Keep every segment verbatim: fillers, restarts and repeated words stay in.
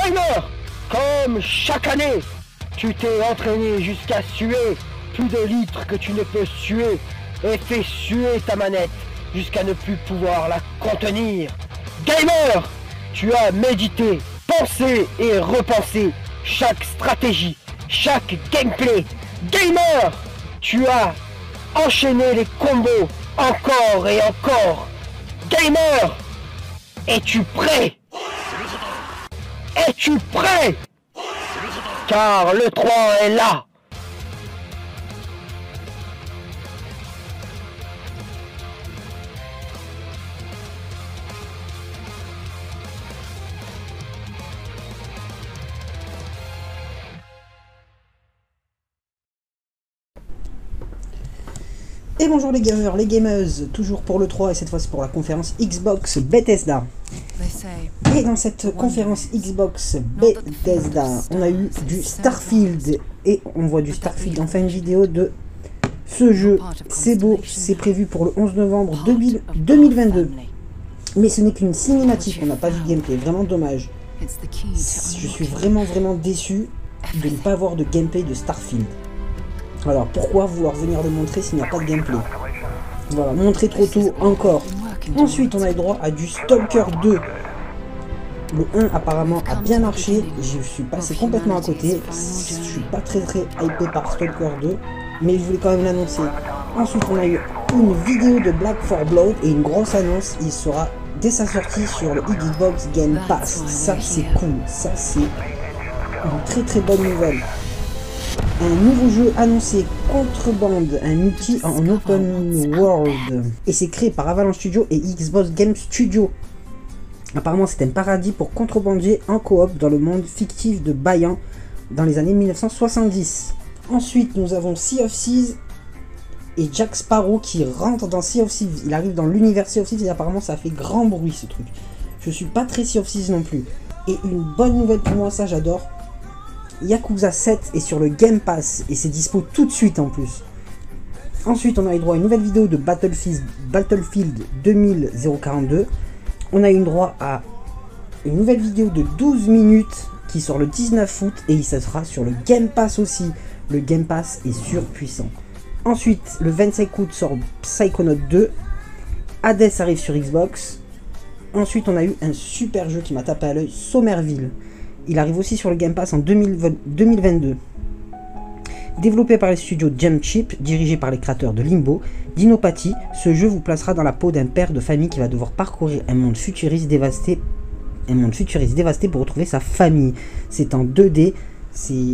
Gamer, comme chaque année, tu t'es entraîné jusqu'à suer plus de litres que tu ne peux suer et fait suer ta manette jusqu'à ne plus pouvoir la contenir. Gamer, tu as médité, pensé et repensé chaque stratégie, chaque gameplay. Gamer, tu as enchaîné les combos encore et encore. Gamer, es-tu prêt? Es-tu prêt? Car le trois est là. Et bonjour les gamers, les gameuses, toujours pour le trois et cette fois c'est pour la conférence Xbox Bethesda. Et dans cette conférence Xbox Bethesda, on a eu du Starfield et on voit du Starfield, enfin une vidéo de ce jeu. C'est beau, c'est prévu pour le onze novembre deux mille vingt-deux. Mais ce n'est qu'une cinématique, on n'a pas vu de gameplay, vraiment dommage. Je suis vraiment vraiment déçu de ne pas avoir de gameplay de Starfield. Alors pourquoi vouloir venir le montrer s'il n'y a pas de gameplay? Voilà, montrer trop tôt encore. Ensuite on a eu droit à du Stalker deux. Le un apparemment a bien marché, je suis passé complètement à côté. Je suis pas très très hypé par Stalker deux, mais je voulais quand même l'annoncer. Ensuite on a eu une vidéo de Black four Blood et une grosse annonce, il sera dès sa sortie sur le Xbox Game Pass. Ça c'est cool, ça c'est une très très bonne nouvelle. Un nouveau jeu annoncé, Contrebande, un multi en open world. Et c'est créé par Avalanche Studio et Xbox Game Studio. Apparemment c'est un paradis pour contrebandier en coop dans le monde fictif de Bayan dans les années mille neuf cent soixante-dix. Ensuite nous avons Sea of Thieves et Jack Sparrow qui rentre dans Sea of Thieves. Il arrive dans l'univers Sea of Thieves et apparemment ça fait grand bruit ce truc. Je suis pas très Sea of Thieves non plus. Et une bonne nouvelle pour moi, ça j'adore. Yakuza sept est sur le Game Pass et c'est dispo tout de suite en plus. Ensuite on a eu droit à une nouvelle vidéo de Battlefield, Battlefield deux mille quarante-deux. On a eu droit à une nouvelle vidéo de douze minutes qui sort le dix-neuf août et ça sera sur le Game Pass aussi. Le Game Pass est surpuissant. Ensuite le vingt-cinq août sort Psychonaut deux. Hades arrive sur Xbox. Ensuite on a eu un super jeu qui m'a tapé à l'œil, Somerville. Il arrive aussi sur le Game Pass en deux mille vingt-deux. Développé par les studios Jumpship, dirigé par les créateurs de Limbo, Dinopathie, ce jeu vous placera dans la peau d'un père de famille qui va devoir parcourir un monde futuriste dévasté, un monde futuriste dévasté pour retrouver sa famille. C'est en deux D, c'est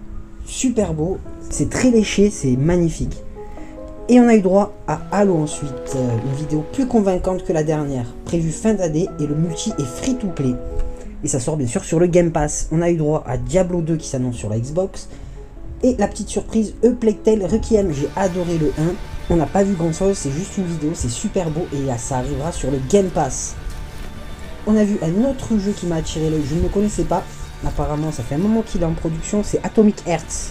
super beau, c'est très léché, c'est magnifique. Et on a eu droit à Halo ensuite, une vidéo plus convaincante que la dernière, prévue fin d'année et le multi est free to play. Et ça sort bien sûr sur le Game Pass. On a eu droit à Diablo deux qui s'annonce sur la Xbox. Et la petite surprise, A Plague Tale Requiem. J'ai adoré le un. On n'a pas vu grand chose, c'est juste une vidéo, c'est super beau. Et ça arrivera sur le Game Pass. On a vu un autre jeu qui m'a attiré l'œil, je ne le connaissais pas. Apparemment ça fait un moment qu'il est en production, c'est Atomic Hearts.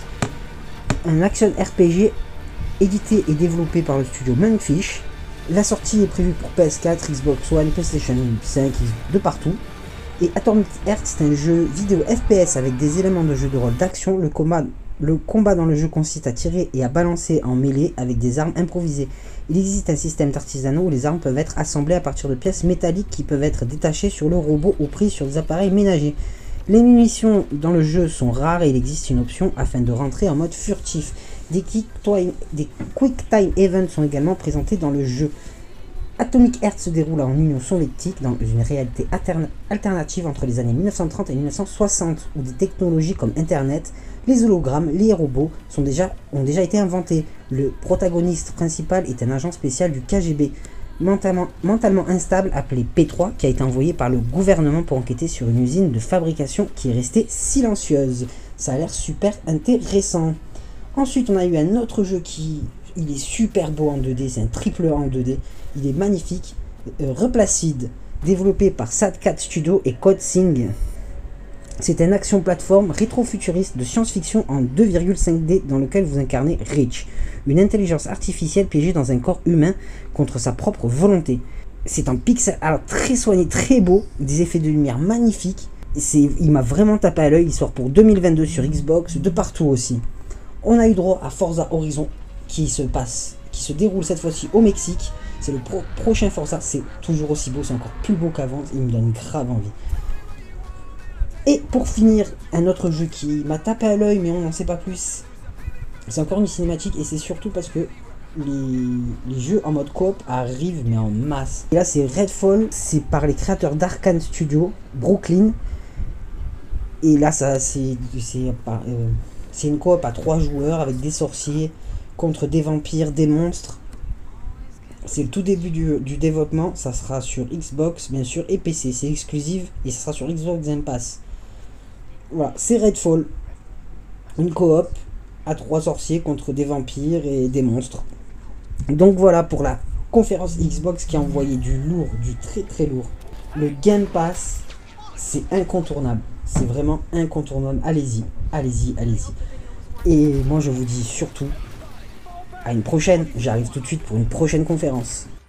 Un action R P G édité et développé par le studio Monkfish. La sortie est prévue pour P S quatre, Xbox One, PlayStation cinq, de partout. Et Atomic Hearts, c'est un jeu vidéo F P S avec des éléments de jeu de rôle d'action. Le combat, le combat dans le jeu consiste à tirer et à balancer en mêlée avec des armes improvisées. Il existe un système d'artisanat où les armes peuvent être assemblées à partir de pièces métalliques qui peuvent être détachées sur le robot ou prises sur des appareils ménagers. Les munitions dans le jeu sont rares et il existe une option afin de rentrer en mode furtif. Des quick time, des quick time events sont également présentés dans le jeu. Atomic Hearts se déroule en Union soviétique dans une réalité alternative entre les années mille neuf cent trente et mille neuf cent soixante où des technologies comme Internet, les hologrammes, les robots sont déjà, ont déjà été inventés. Le protagoniste principal est un agent spécial du K G B, mentalement, mentalement instable appelé P trois qui a été envoyé par le gouvernement pour enquêter sur une usine de fabrication qui est restée silencieuse. Ça a l'air super intéressant. Ensuite on a eu un autre jeu qui... Il est super beau en deux D, c'est un triple A en deux D. Il est magnifique. Euh, Replacid, développé par Sadcat Studio et Code Sing. C'est une action plateforme rétro-futuriste de science-fiction en deux virgule cinq D dans lequel vous incarnez Reach, une intelligence artificielle piégée dans un corps humain contre sa propre volonté. C'est un pixel art très soigné, très beau, des effets de lumière magnifiques. il m'a vraiment tapé à l'œil. Il sort pour deux mille vingt-deux sur Xbox, de partout aussi. On a eu droit à Forza Horizon qui se passe, qui se déroule cette fois-ci au Mexique. C'est le pro prochain Forza, c'est toujours aussi beau, c'est encore plus beau qu'avant, il me donne grave envie. Et pour finir, un autre jeu qui m'a tapé à l'œil, mais on n'en sait pas plus. C'est encore une cinématique et c'est surtout parce que les, les jeux en mode coop arrivent mais en masse. Et là c'est Redfall, c'est par les créateurs d'Arkane Studio, Brooklyn. Et là ça c'est euh, c'est une coop à trois joueurs avec des sorciers contre des vampires, des monstres. C'est le tout début du, du développement, ça sera sur Xbox bien sûr et P C, c'est exclusif et ça sera sur Xbox Game Pass. Voilà, c'est Redfall, une coop à trois sorciers contre des vampires et des monstres. Donc voilà pour la conférence Xbox qui a envoyé du lourd, du très très lourd. Le Game Pass, c'est incontournable. C'est vraiment incontournable. Allez-y, allez-y, allez-y. Et moi je vous dis surtout, à une prochaine. J'arrive tout de suite pour une prochaine conférence.